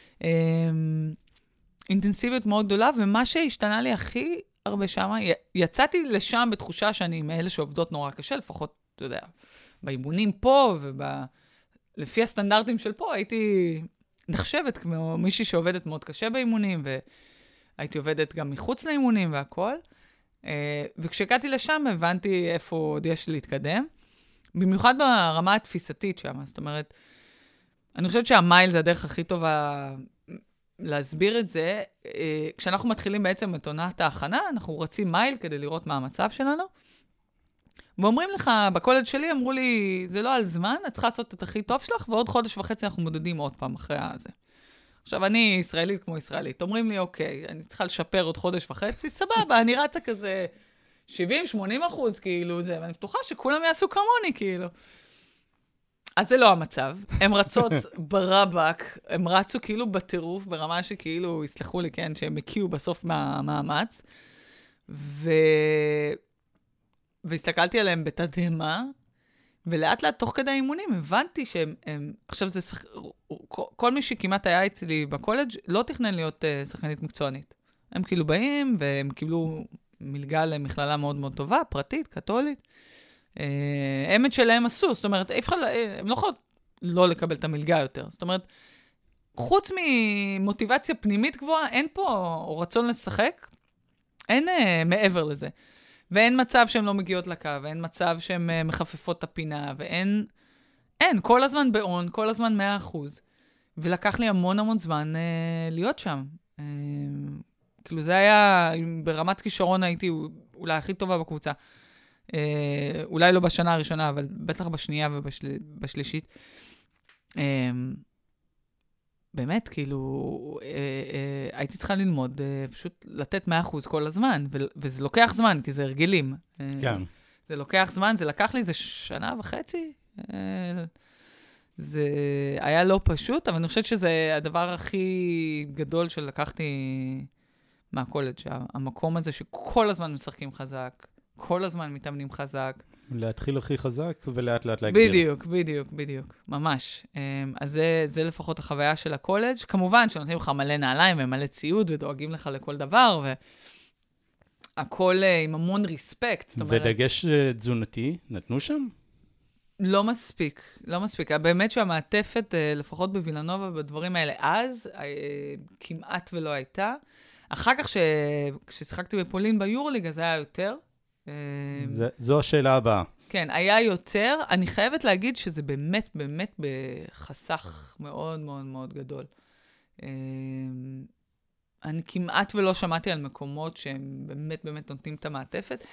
אינטנסיביות מאוד גדולה, ומה שהשתנה לי הכי הרבה שמה, יצאתי לשם בתחושה שאני מאלה שעובדות נורא קשה, לפחות, אתה יודע, באימונים פה, ולפי הסטנדרטים של פה, הייתי נחשבת כמו מישהי שעובדת מאוד קשה באימונים, והייתי עובדת גם מחוץ לאימונים והכל, וכשהגעתי לשם, הבנתי איפה עוד יש להתקדם, במיוחד ברמה התפיסתית שם, זאת אומרת, אני חושבת שהמייל זה הדרך הכי טובה להסביר את זה. כשאנחנו מתחילים בעצם את עונת ההכנה, אנחנו רצים מייל כדי לראות מה המצב שלנו, ואומרים לך, בקולג' שלי אמרו לי, זה לא על זמן, את צריכה לעשות את הכי טוב שלך, ועוד חודש וחצי אנחנו מודדים עוד פעם אחרי הזה. עכשיו, אני ישראלית כמו ישראלית, אומרים לי, אוקיי, אני צריכה לשפר עוד חודש וחצי, סבבה, אני רצה כזה שבעים שמונים אחוז, כאילו, זה, ואני בטוחה שכולם יעשו כמוני, כאילו. אז זה לא המצב. הם רצות ברבק, הם רצו כאילו בטירוף, ברמה שכאילו, יסלחו לי, כן, שהם הקיעו בסוף מהמאמץ, ו... והסתכלתי עליהם בתדהמה, ולאט לאט תוך כדי האימונים הבנתי שהם, הם... עכשיו זה, שח... כל מי שכמעט היה אצלי בקולג' לא תכנן להיות uh, שחקנית מקצוענית. הם כאילו באים, והם קיבלו מלגה למכללה מאוד מאוד טובה, פרטית, קתולית, האמת שלהם עשו, זאת אומרת, הם לא יכולות לא לקבל את המלגה יותר. זאת אומרת, חוץ ממוטיבציה פנימית גבוהה, אין פה רצון לשחק, אין uh, מעבר לזה. ואין מצב שהן לא מגיעות לקו, ואין מצב שהן uh, מחפפות את הפינה, ואין, אין, כל הזמן בעון, כל הזמן מאה אחוז. ולקח לי המון המון זמן uh, להיות שם. Uh, כאילו זה היה, ברמת כישרון הייתי אולי הכי טובה בקבוצה. Uh, אולי לא בשנה הראשונה, אבל בטח בשנייה ובשלישית. Uh, באמת, כאילו, אה, אה, הייתי צריכה ללמוד, אה, פשוט לתת מאה אחוז כל הזמן, ו- וזה לוקח זמן, כי זה הרגלים. אה, כן. זה לוקח זמן, זה לקח לי איזה שנה וחצי. אה, זה היה לא פשוט, אבל אני חושבת שזה הדבר הכי גדול שלקחתי מהקולג', המקום הזה שכל הזמן משחקים חזק, כל הזמן מתאמנים חזק. להתחיל הכי חזק ולאט לאט להגדיר. בדיוק, בדיוק, בדיוק, ממש. אז זה, זה לפחות החוויה של הקולג'. כמובן שנותנים לך מלא נעליים ומלא ציוד ודואגים לך לכל דבר, והכל עם המון ריספקט. ודגש תזונתי, נתנו שם? לא מספיק, לא מספיק. באמת שהמעטפת, לפחות בווילנובה, בדברים האלה, אז כמעט ולא הייתה. אחר כך, כששיחקתי בפולין ביורוליג, אז היה יותר. זה, זו השאלה הבאה. כן, היה יותר. אני חייבת להגיד שזה באמת, באמת בחסך מאוד מאוד מאוד גדול. אני כמעט ולא שמעתי על מקומות שהם באמת באמת נותנים את המעטפת.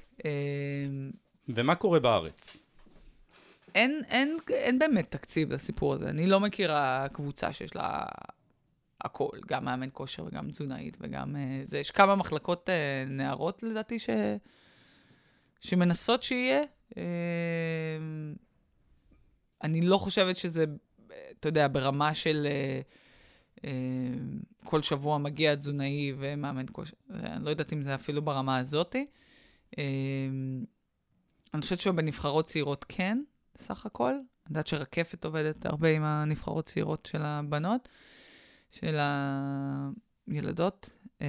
ומה קורה בארץ? אין, אין, אין באמת תקציב לסיפור הזה. אני לא מכירה קבוצה שיש לה הכל, גם מאמן כושר וגם תזונאית וגם זה. יש כמה מחלקות נערות לדעתי ש... שמנסות שיהיה. אני לא חושבת שזה, אתה יודע, ברמה של כל שבוע מגיע תזונאי ומאמן כושר. אני לא יודעת אם זה אפילו ברמה הזאת. אני חושבת שבנבחרות צעירות כן, סך הכל. אני יודעת שרקפת עובדת הרבה עם הנבחרות צעירות של הבנות, של הילדות.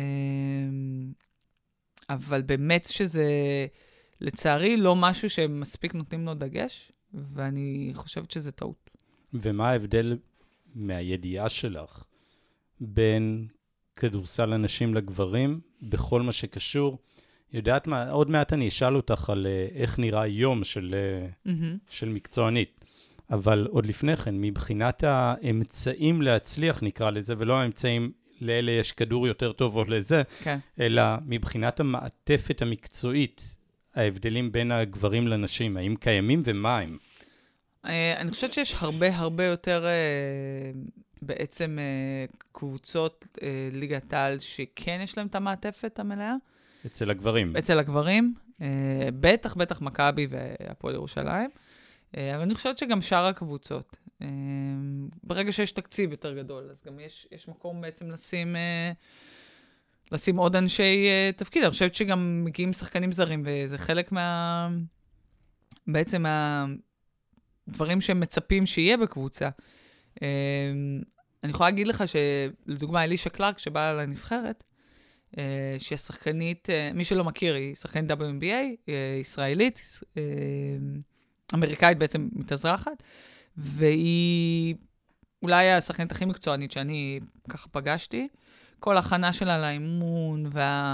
אבל באמת שזה... לצערי, לא משהו שמספיק נותנים לו דגש, ואני חושבת שזה טעות. ומה ההבדל מהידיעה שלך בין כדורסל לנשים לגברים, בכל מה שקשור? יודעת מה, עוד מעט אני אשאל אותך על איך נראה יום של, mm-hmm. של מקצוענית, אבל עוד לפני כן, מבחינת האמצעים להצליח, נקרא לזה, ולא האמצעים לאלה יש כדור יותר טוב או לזה, okay. אלא מבחינת המעטפת המקצועית, ההבדלים בין הגברים לנשים, האם קיימים ומה הם? אני חושבת שיש הרבה הרבה יותר בעצם קבוצות ליגת העל שכן יש להם את המעטפת המלאה. אצל הגברים. אצל הגברים, בטח בטח מכבי והפועל ירושלים, אבל אני חושבת שגם שאר הקבוצות. ברגע שיש תקציב יותר גדול, אז גם יש, יש מקום בעצם לשים... לשים עוד אנשי uh, תפקיד. אני חושבת שגם מגיעים שחקנים זרים, וזה חלק מה... בעצם מהדברים שהם מצפים שיהיה בקבוצה. Uh, אני יכולה להגיד לך שלדוגמה, אלישה קלארק, שבאה לנבחרת, uh, שהיא שחקנית, uh, מי שלא מכיר, היא שחקנית דאבליו אן בי איי, uh, ישראלית, uh, אמריקאית בעצם מתאזרחת, והיא אולי השחקנית הכי מקצוענית שאני ככה פגשתי, כל הכנה שלה לאימון,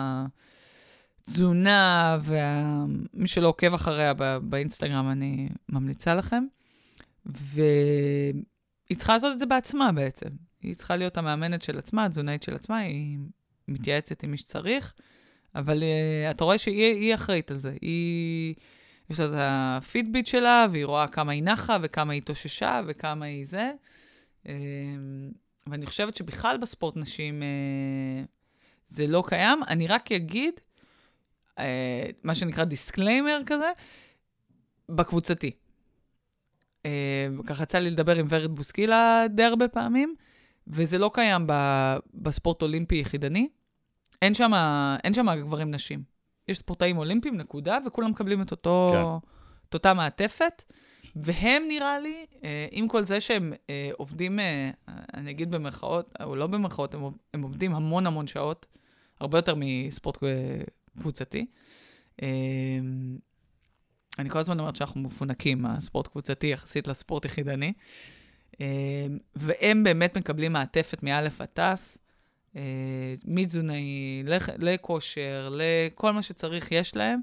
והתזונה, ומי שלא עוקב אחריה באינסטגרם, אני ממליצה לכם. והיא צריכה לעשות את זה בעצמה בעצם. היא צריכה להיות המאמנת של עצמה, התזונאית של עצמה, היא מתייעצת עם מי שצריך, אבל אתה רואה שהיא אחראית על זה. היא, יש לה את הפידביט שלה, והיא רואה כמה היא נחה, וכמה היא תוששה, וכמה היא זה. ואני חושבת שבכלל בספורט נשים אה, זה לא קיים. אני רק אגיד, אה, מה שנקרא דיסקליימר כזה, בקבוצתי. אה, ככה יצא לי לדבר עם ורד בוסקילה די הרבה פעמים, וזה לא קיים ב, בספורט אולימפי יחידני. אין שם, אין שם גברים נשים. יש ספורטאים אולימפיים, נקודה, וכולם מקבלים את אותו, כן. את אותה מעטפת. והם נראה לי, עם כל זה שהם עובדים, אני אגיד במרכאות, או לא במרכאות, הם עובדים המון המון שעות, הרבה יותר מספורט קבוצתי. אני כל הזמן אומרת שאנחנו מפונקים, הספורט קבוצתי יחסית לספורט יחידני. והם באמת מקבלים מעטפת מאלף עד תף, מתזונאי, לכושר, לכל מה שצריך יש להם.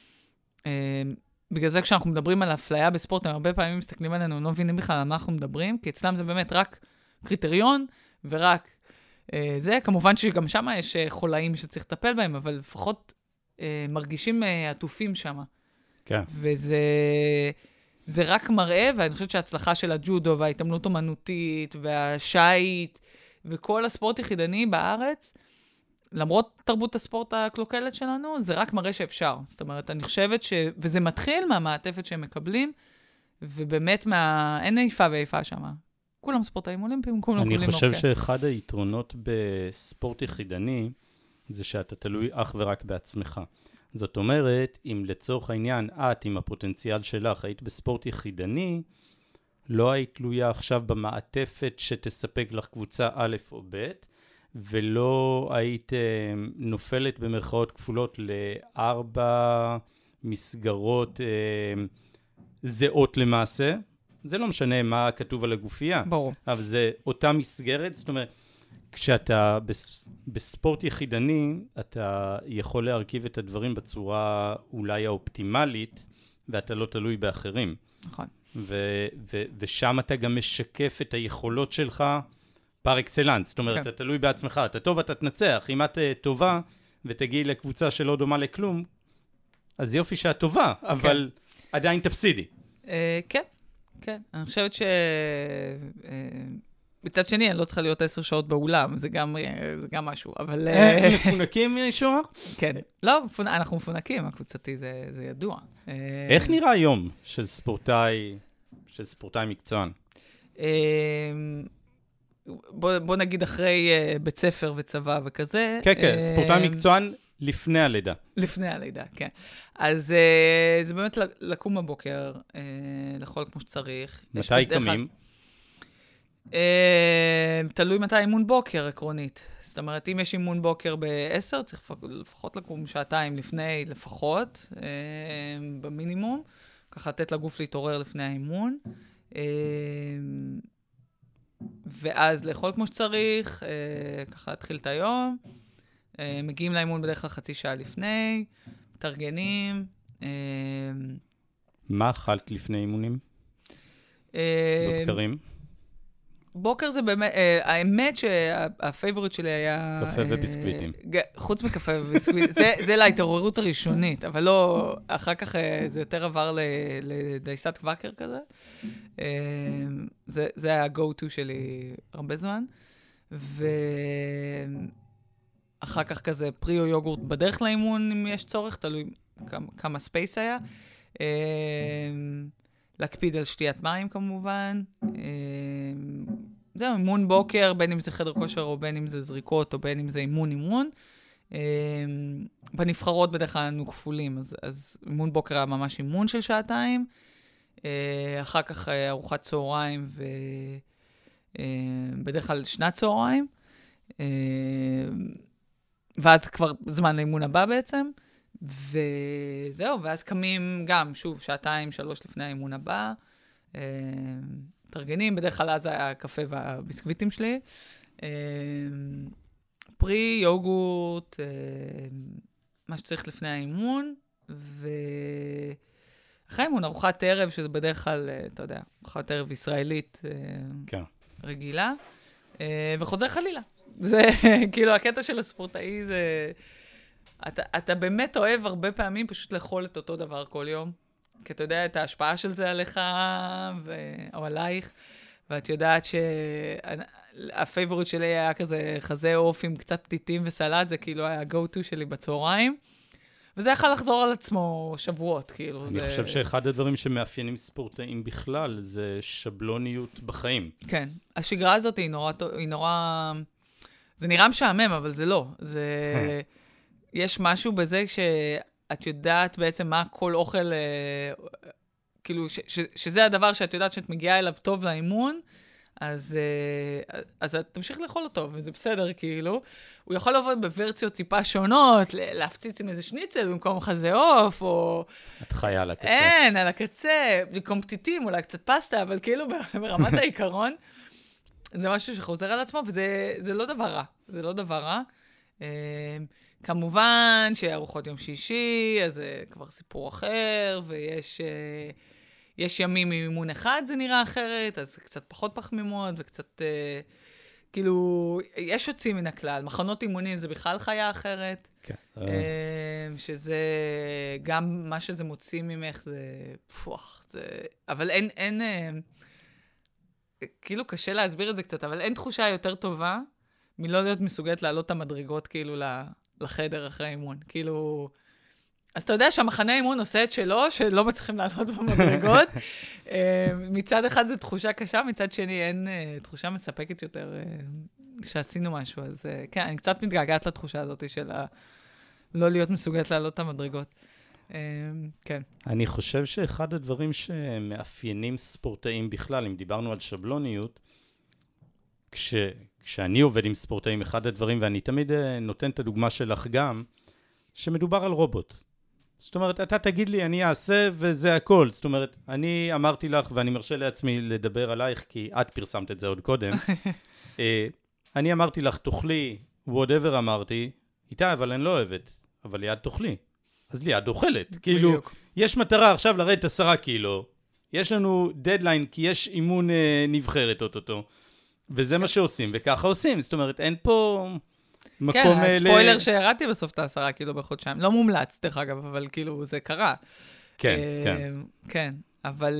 בגלל זה כשאנחנו מדברים על אפליה בספורט, הם הרבה פעמים מסתכלים עלינו, לא מבינים בכלל על מה אנחנו מדברים, כי אצלם זה באמת רק קריטריון, ורק זה. כמובן שגם שם יש חולאים שצריך לטפל בהם, אבל לפחות מרגישים עטופים שם. כן. וזה זה רק מראה, ואני חושבת שההצלחה של הג'ודו, וההתאמנות אומנותית, והשייט, וכל הספורט יחידני בארץ, למרות תרבות הספורט הקלוקלת שלנו, זה רק מראה שאפשר. זאת אומרת, אני חושבת ש... וזה מתחיל מהמעטפת שהם מקבלים, ובאמת מה... אין איפה ואיפה שם. כולם ספורטאים אולימפיים, כולם אני כולם חושב אוקיי. שאחד היתרונות בספורט יחידני, זה שאתה תלוי אך ורק בעצמך. זאת אומרת, אם לצורך העניין, את עם הפוטנציאל שלך, היית בספורט יחידני, לא היית תלויה עכשיו במעטפת שתספק לך קבוצה א' או ב', ולא היית אה, נופלת במרכאות כפולות לארבע מסגרות אה, זהות למעשה. זה לא משנה מה כתוב על הגופייה. ברור. אבל זה אותה מסגרת, זאת אומרת, כשאתה בס, בספורט יחידני, אתה יכול להרכיב את הדברים בצורה אולי האופטימלית, ואתה לא תלוי באחרים. נכון. ו- ו- ושם אתה גם משקף את היכולות שלך פר אקסלנס. זאת אומרת, כן. אתה תלוי בעצמך. אתה טוב, אתה תנצח. אם את uh, טובה ותגיעי לקבוצה שלא דומה לכלום, אז יופי שאת טובה, אבל כן. עדיין תפסידי. Uh, כן, כן. אני חושבת ש... Uh, בצד שני, אני לא צריכה להיות עשר שעות באולם, זה גם, זה גם משהו, אבל... מפונקים מישהו? כן. לא, אנחנו מפונקים, הקבוצתי זה, זה ידוע. איך נראה היום של ספורטאי, של ספורטאי מקצוען? בוא, בוא נגיד אחרי בית ספר וצבא וכזה. כן, כן, ספורטאי מקצוען לפני הלידה. לפני הלידה, כן. אז זה באמת לקום בבוקר, לאכול כמו שצריך. מתי קמים? Uh, תלוי מתי אימון בוקר, עקרונית. זאת אומרת, אם יש אימון בוקר ב-עשר, צריך לפחות לקום שעתיים לפני, לפחות, uh, במינימום. ככה לתת לגוף להתעורר לפני האימון. Uh, ואז לאכול כמו שצריך, uh, ככה להתחיל את היום. Uh, מגיעים לאימון בדרך כלל חצי שעה לפני, מתארגנים. Uh, מה אכלת לפני אימונים? Uh, בבקרים? בוקר זה באמת, אה, האמת שהפייבוריט שלי היה... קפה וביסקוויטים. ג, חוץ מקפה וביסקוויטים. זה, זה להתעוררות הראשונית, אבל לא, אחר כך אה, זה יותר עבר ל, לדייסת קוואקר כזה. אה, זה, זה היה ה-go-to שלי הרבה זמן. ואחר כך כזה פרי או יוגורט בדרך לאימון, אם יש צורך, תלוי כמה, כמה ספייס היה. אה, להקפיד על שתיית מים כמובן. זהו, אימון בוקר, בין אם זה חדר כושר או בין אם זה זריקות או בין אם זה אימון אימון. בנבחרות בדרך כלל אנו כפולים, אז, אז אימון בוקר היה ממש אימון של שעתיים. אחר כך ארוחת צהריים ובדרך כלל שנת צהריים. ואז כבר זמן לאימון הבא בעצם. וזהו, ואז קמים גם, שוב, שעתיים, שלוש לפני האימון הבא, תרגנים, בדרך כלל אז היה הקפה והביסקוויטים שלי, פרי, יוגורט, מה שצריך לפני האימון, ואחרי האימון, ארוחת ערב, שזה בדרך כלל, אתה יודע, ארוחת ערב ישראלית כן. רגילה, וחוזר חלילה. זה כאילו, הקטע של הספורטאי זה... אתה, אתה באמת אוהב הרבה פעמים פשוט לאכול את אותו דבר כל יום, כי אתה יודע את ההשפעה של זה עליך ו... או עלייך, ואת יודעת שהפייבוריט שלי היה כזה חזה עוף עם קצת פתיתים וסלט, זה כאילו היה ה-go-to שלי בצהריים, וזה יכול לחזור על עצמו שבועות, כאילו. אני זה... חושב שאחד הדברים שמאפיינים ספורטאים בכלל, זה שבלוניות בחיים. כן, השגרה הזאת היא נורא, היא נורא... זה נראה משעמם, אבל זה לא. זה... יש משהו בזה שאת יודעת בעצם מה כל אוכל, כאילו, ש- ש- שזה הדבר שאת יודעת שאת מגיעה אליו טוב לאימון, אז, אז אתה תמשיך לאכול אותו, וזה בסדר, כאילו. הוא יכול לעבוד בוורציות טיפה שונות, להפציץ עם איזה שניצל במקום חזה עוף, או... את חיה על הקצה. אין, על הקצה, במקום פתיתים, אולי קצת פסטה, אבל כאילו ברמת העיקרון, זה משהו שחוזר על עצמו, וזה זה לא דבר רע. זה לא דבר רע. כמובן שארוחות יום שישי, אז זה כבר סיפור אחר, ויש... יש ימים עם אימון אחד, זה נראה אחרת, אז קצת פחות פחמימות, וקצת, אה, כאילו, יש יוצאים מן הכלל. מחנות אימונים זה בכלל חיה אחרת. כן. אה, שזה, גם מה שזה מוציא ממך, זה פוח, זה... אבל אין, אין, אה, כאילו קשה להסביר את זה קצת, אבל אין תחושה יותר טובה, מלא להיות מסוגלת לעלות את המדרגות, כאילו, לחדר אחרי האימון. כאילו... אז אתה יודע שהמחנה האימון עושה את שלו, שלא מצליחים לעלות במדרגות. מצד אחד זו תחושה קשה, מצד שני אין תחושה מספקת יותר שעשינו משהו. אז כן, אני קצת מתגעגעת לתחושה הזאת של לא להיות מסוגלת לעלות את המדרגות. כן. אני חושב שאחד הדברים שמאפיינים ספורטאים בכלל, אם דיברנו על שבלוניות, כש, כשאני עובד עם ספורטאים, אחד הדברים, ואני תמיד נותן את הדוגמה שלך גם, שמדובר על רובוט. זאת אומרת, אתה תגיד לי, אני אעשה וזה הכל. זאת אומרת, אני אמרתי לך, ואני מרשה לעצמי לדבר עלייך, כי את פרסמת את זה עוד קודם. אני אמרתי לך, תאכלי, whatever אמרתי, איתה, אבל אני לא אוהבת. אבל ליד תאכלי. אז ליד אוכלת. כאילו, יש מטרה עכשיו לרדת עשרה קילו. יש לנו דדליין, כי יש אימון אה, נבחרת אוטוטו. וזה מה שעושים, וככה עושים. זאת אומרת, אין פה... כן, הספוילר שירדתי בסוף את העשרה קילו בחודשיים. לא מומלץ, דרך אגב, אבל כאילו זה קרה. כן, כן. כן, אבל...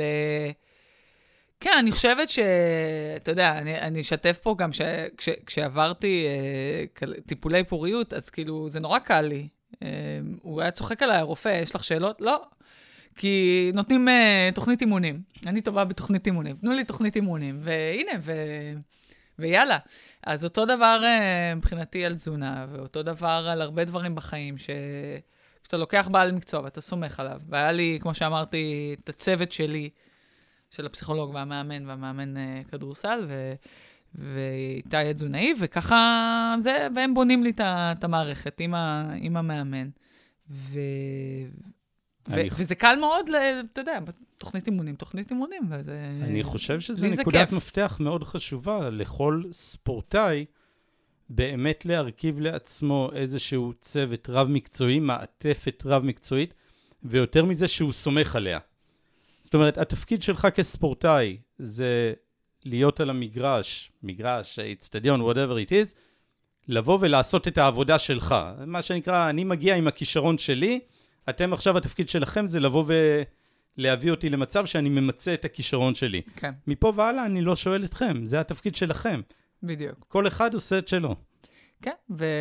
כן, אני חושבת ש... אתה יודע, אני אשתף פה גם שכשעברתי טיפולי פוריות, אז כאילו זה נורא קל לי. הוא היה צוחק עליי, הרופא, יש לך שאלות? לא. כי נותנים תוכנית אימונים. אני טובה בתוכנית אימונים. תנו לי תוכנית אימונים, והנה, ויאללה. אז אותו דבר uh, מבחינתי על תזונה, ואותו דבר על הרבה דברים בחיים, שכשאתה לוקח בעל מקצוע ואתה סומך עליו, והיה לי, כמו שאמרתי, את הצוות שלי, של הפסיכולוג והמאמן, והמאמן uh, כדורסל, ו... ואיתי התזונאי, וככה זה, והם בונים לי את המערכת עם, ה... עם המאמן. ו... ו... וזה קל מאוד, אתה יודע, תוכנית אימונים, תוכנית אימונים. וזה... אני חושב שזה נקודת כיף. מפתח מאוד חשובה לכל ספורטאי, באמת להרכיב לעצמו איזשהו צוות רב מקצועי, מעטפת רב מקצועית, ויותר מזה שהוא סומך עליה. זאת אומרת, התפקיד שלך כספורטאי זה להיות על המגרש, מגרש, אצטדיון, whatever it is, לבוא ולעשות את העבודה שלך. מה שנקרא, אני מגיע עם הכישרון שלי, אתם עכשיו, התפקיד שלכם זה לבוא ולהביא אותי למצב שאני ממצא את הכישרון שלי. כן. מפה והלאה אני לא שואל אתכם, זה התפקיד שלכם. בדיוק. כל אחד עושה את שלו. כן,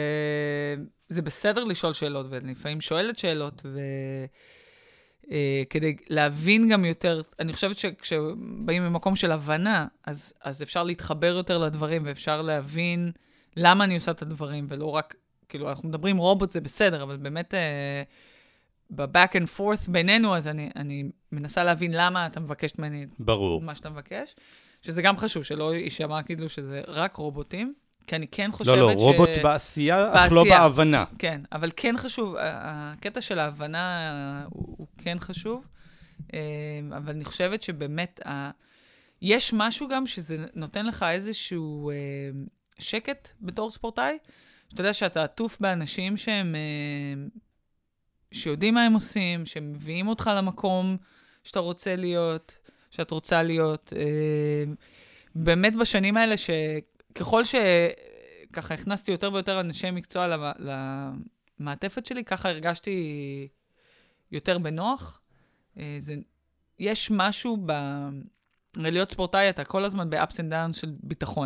וזה בסדר לשאול שאלות, ולפעמים שואלת שאלות, וכדי להבין גם יותר, אני חושבת שכשבאים ממקום של הבנה, אז, אז אפשר להתחבר יותר לדברים, ואפשר להבין למה אני עושה את הדברים, ולא רק, כאילו, אנחנו מדברים רובוט, זה בסדר, אבל באמת... ב-back and forth בינינו, אז אני, אני מנסה להבין למה אתה מבקש ממני ברור. מה שאתה מבקש, שזה גם חשוב, שלא יישמע כאילו שזה רק רובוטים, כי אני כן חושבת ש... לא, לא, רובוט ש... בעשייה, בעשייה, אך לא בהבנה. כן, אבל כן חשוב, הקטע של ההבנה הוא, הוא כן חשוב, אבל אני חושבת שבאמת, יש משהו גם שזה נותן לך איזשהו שקט בתור ספורטאי, שאתה יודע שאתה עטוף באנשים שהם... שיודעים מה הם עושים, שמביאים אותך למקום שאתה רוצה להיות, שאת רוצה להיות. באמת בשנים האלה, שככל שככה הכנסתי יותר ויותר אנשי מקצוע למעטפת שלי, ככה הרגשתי יותר בנוח. זה, יש משהו ב... להיות ספורטאי, אתה כל הזמן ב-ups and downs של ביטחון.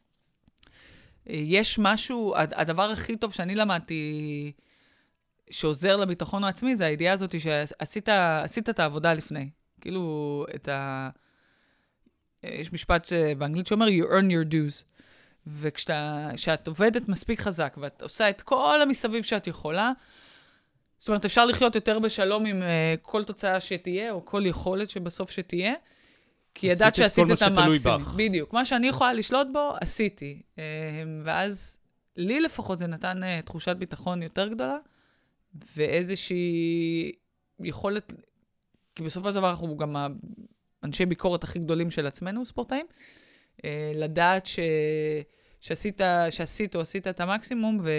יש משהו, הדבר הכי טוב שאני למדתי... שעוזר לביטחון העצמי, זה הידיעה הזאת שעשית עשית את העבודה לפני. כאילו, את ה... יש משפט באנגלית שאומר, you earn your dues. וכשאת עובדת מספיק חזק, ואת עושה את כל המסביב שאת יכולה, זאת אומרת, אפשר לחיות יותר בשלום עם כל תוצאה שתהיה, או כל יכולת שבסוף שתהיה, כי ידעת שעשית את המקסימום. בך. בדיוק. מה שאני יכולה לשלוט בו, עשיתי. ואז לי לפחות זה נתן תחושת ביטחון יותר גדולה, ואיזושהי יכולת, כי בסופו של דבר אנחנו גם האנשי ביקורת הכי גדולים של עצמנו, ספורטאים, לדעת ש... שעשית, שעשית או עשית את המקסימום, ו...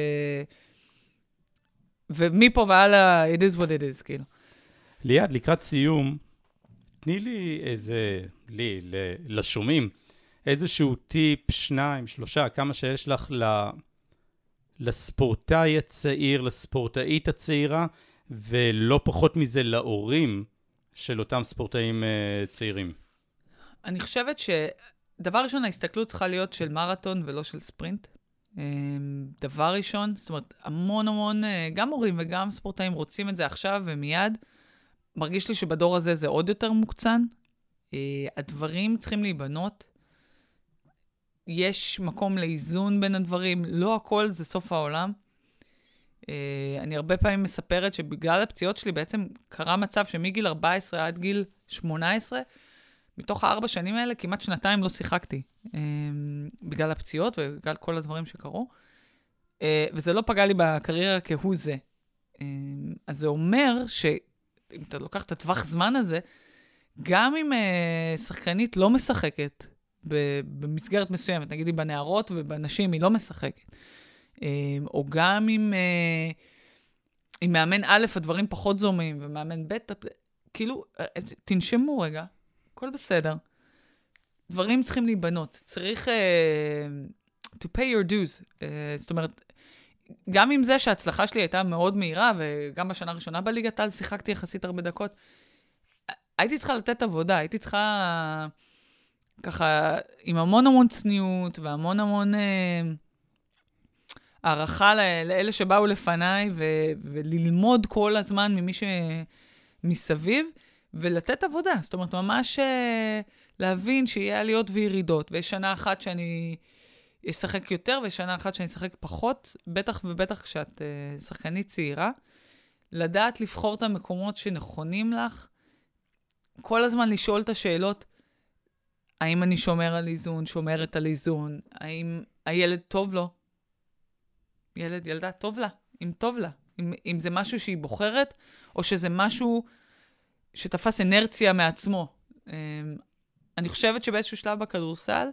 ומפה והלאה, it is what it is, כאילו. ליד, לקראת סיום, תני לי איזה, לי, לשומעים, איזשהו טיפ, שניים, שלושה, כמה שיש לך ל... לספורטאי הצעיר, לספורטאית הצעירה, ולא פחות מזה להורים של אותם ספורטאים uh, צעירים. אני חושבת שדבר ראשון, ההסתכלות צריכה להיות של מרתון ולא של ספרינט. דבר ראשון, זאת אומרת, המון המון, גם הורים וגם ספורטאים רוצים את זה עכשיו ומיד. מרגיש לי שבדור הזה זה עוד יותר מוקצן. הדברים צריכים להיבנות. יש מקום לאיזון בין הדברים. לא הכל זה סוף העולם. אני הרבה פעמים מספרת שבגלל הפציעות שלי בעצם קרה מצב שמגיל ארבע עשרה עד גיל שמונה עשרה, מתוך הארבע שנים האלה כמעט שנתיים לא שיחקתי. בגלל הפציעות ובגלל כל הדברים שקרו. וזה לא פגע לי בקריירה כהוא זה. אז זה אומר שאם אתה לוקח את הטווח זמן הזה, גם אם שחקנית לא משחקת במסגרת מסוימת, נגיד היא בנערות ובנשים היא לא משחקת, או גם אם עם מאמן א' הדברים פחות זומיים, ומאמן ב', כאילו, תנשמו רגע, הכל בסדר. דברים צריכים להיבנות. צריך uh, to pay your dues. Uh, זאת אומרת, גם עם זה שההצלחה שלי הייתה מאוד מהירה, וגם בשנה הראשונה בליגת העל שיחקתי יחסית הרבה דקות, הייתי צריכה לתת עבודה, הייתי צריכה ככה, עם המון המון צניעות, והמון המון... Uh, הערכה לאלה שבאו לפניי, ו- וללמוד כל הזמן ממי שמסביב, ולתת עבודה. זאת אומרת, ממש להבין שיהיה עליות וירידות, ויש שנה אחת שאני אשחק יותר, ויש שנה אחת שאני אשחק פחות, בטח ובטח כשאת שחקנית צעירה, לדעת לבחור את המקומות שנכונים לך, כל הזמן לשאול את השאלות, האם אני שומר על איזון, שומרת על איזון, האם הילד טוב לו, ילד, ילדה, טוב לה, אם טוב לה. אם, אם זה משהו שהיא בוחרת, או שזה משהו שתפס אנרציה מעצמו. אני חושבת שבאיזשהו שלב בכדורסל,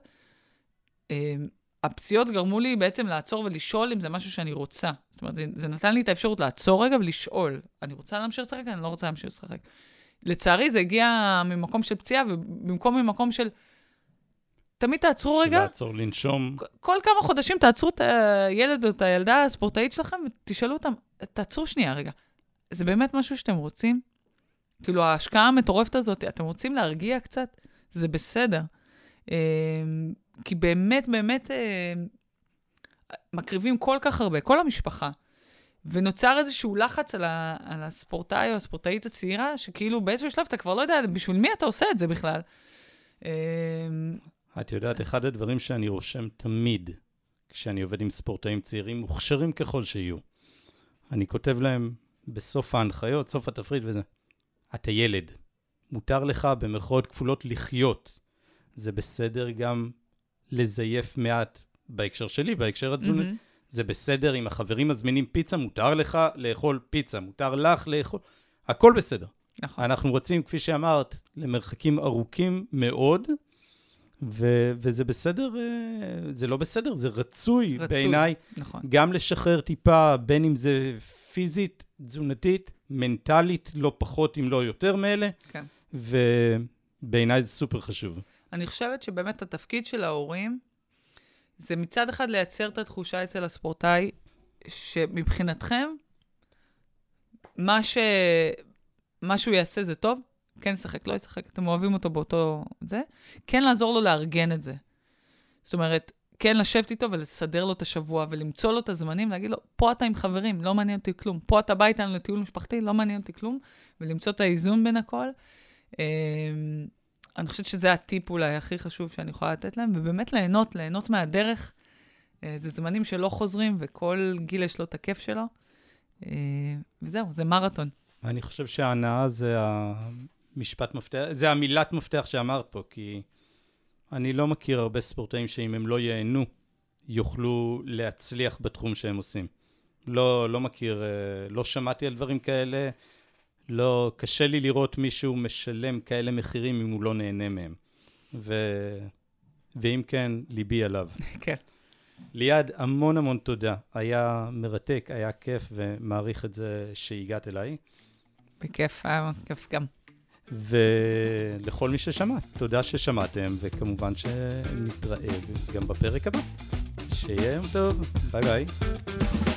הפציעות גרמו לי בעצם לעצור ולשאול אם זה משהו שאני רוצה. זאת אומרת, זה נתן לי את האפשרות לעצור רגע ולשאול. אני רוצה להמשיך לשחק, אני לא רוצה להמשיך לשחק. לצערי זה הגיע ממקום של פציעה, ובמקום ממקום של... תמיד תעצרו רגע. שלעצור, לנשום. כל כמה חודשים תעצרו את הילד או את הילדה הספורטאית שלכם, ותשאלו אותם, תעצרו שנייה רגע. זה באמת משהו שאתם רוצים? כאילו, ההשקעה המטורפת הזאת, אתם רוצים להרגיע קצת? זה בסדר. כי באמת, באמת, מקריבים כל כך הרבה, כל המשפחה. ונוצר איזשהו לחץ על, ה, על הספורטאי או הספורטאית הצעירה, שכאילו באיזשהו שלב אתה כבר לא יודע בשביל מי אתה עושה את זה בכלל. את יודעת, אחד הדברים שאני רושם תמיד, כשאני עובד עם ספורטאים צעירים, מוכשרים ככל שיהיו. אני כותב להם בסוף ההנחיות, סוף התפריט וזה. אתה ילד. מותר לך במרכאות כפולות לחיות. זה בסדר גם לזייף מעט בהקשר שלי, בהקשר התזוני. Mm-hmm. זה בסדר אם החברים מזמינים פיצה, מותר לך לאכול פיצה, מותר לך לאכול. הכל בסדר. נכון. אנחנו רוצים, כפי שאמרת, למרחקים ארוכים מאוד, ו- וזה בסדר, זה לא בסדר, זה רצוי, רצוי. בעיניי. נכון. גם לשחרר טיפה, בין אם זה פיזית, תזונתית, מנטלית, לא פחות אם לא יותר מאלה. כן. ובעיניי זה סופר חשוב. אני חושבת שבאמת התפקיד של ההורים, זה מצד אחד לייצר את התחושה אצל הספורטאי, שמבחינתכם, מה, ש... מה שהוא יעשה זה טוב, כן שחק, לא ישחק, אתם אוהבים אותו באותו זה, כן לעזור לו לארגן את זה. זאת אומרת, כן לשבת איתו ולסדר לו את השבוע, ולמצוא לו את הזמנים, להגיד לו, פה אתה עם חברים, לא מעניין אותי כלום, פה אתה בא איתנו לטיול משפחתי, לא מעניין אותי כלום, ולמצוא את האיזון בין הכל. אני חושבת שזה הטיפ אולי הכי חשוב שאני יכולה לתת להם, ובאמת ליהנות, ליהנות מהדרך. זה זמנים שלא חוזרים, וכל גיל יש לו את הכיף שלו. וזהו, זה מרתון. אני חושב שההנאה זה משפט מפתח, זה המילת מפתח שאמרת פה, כי אני לא מכיר הרבה ספורטאים שאם הם לא ייהנו, יוכלו להצליח בתחום שהם עושים. לא, לא מכיר, לא שמעתי על דברים כאלה, לא, קשה לי לראות מישהו משלם כאלה מחירים אם הוא לא נהנה מהם. ו... ואם כן, ליבי עליו. כן. ליעד, המון המון תודה. היה מרתק, היה כיף, ומעריך את זה שהגעת אליי. בכיף, היה כיף גם. ולכל מי ששמע, תודה ששמעתם, וכמובן שנתראה גם בפרק הבא. שיהיה יום טוב, ביי ביי.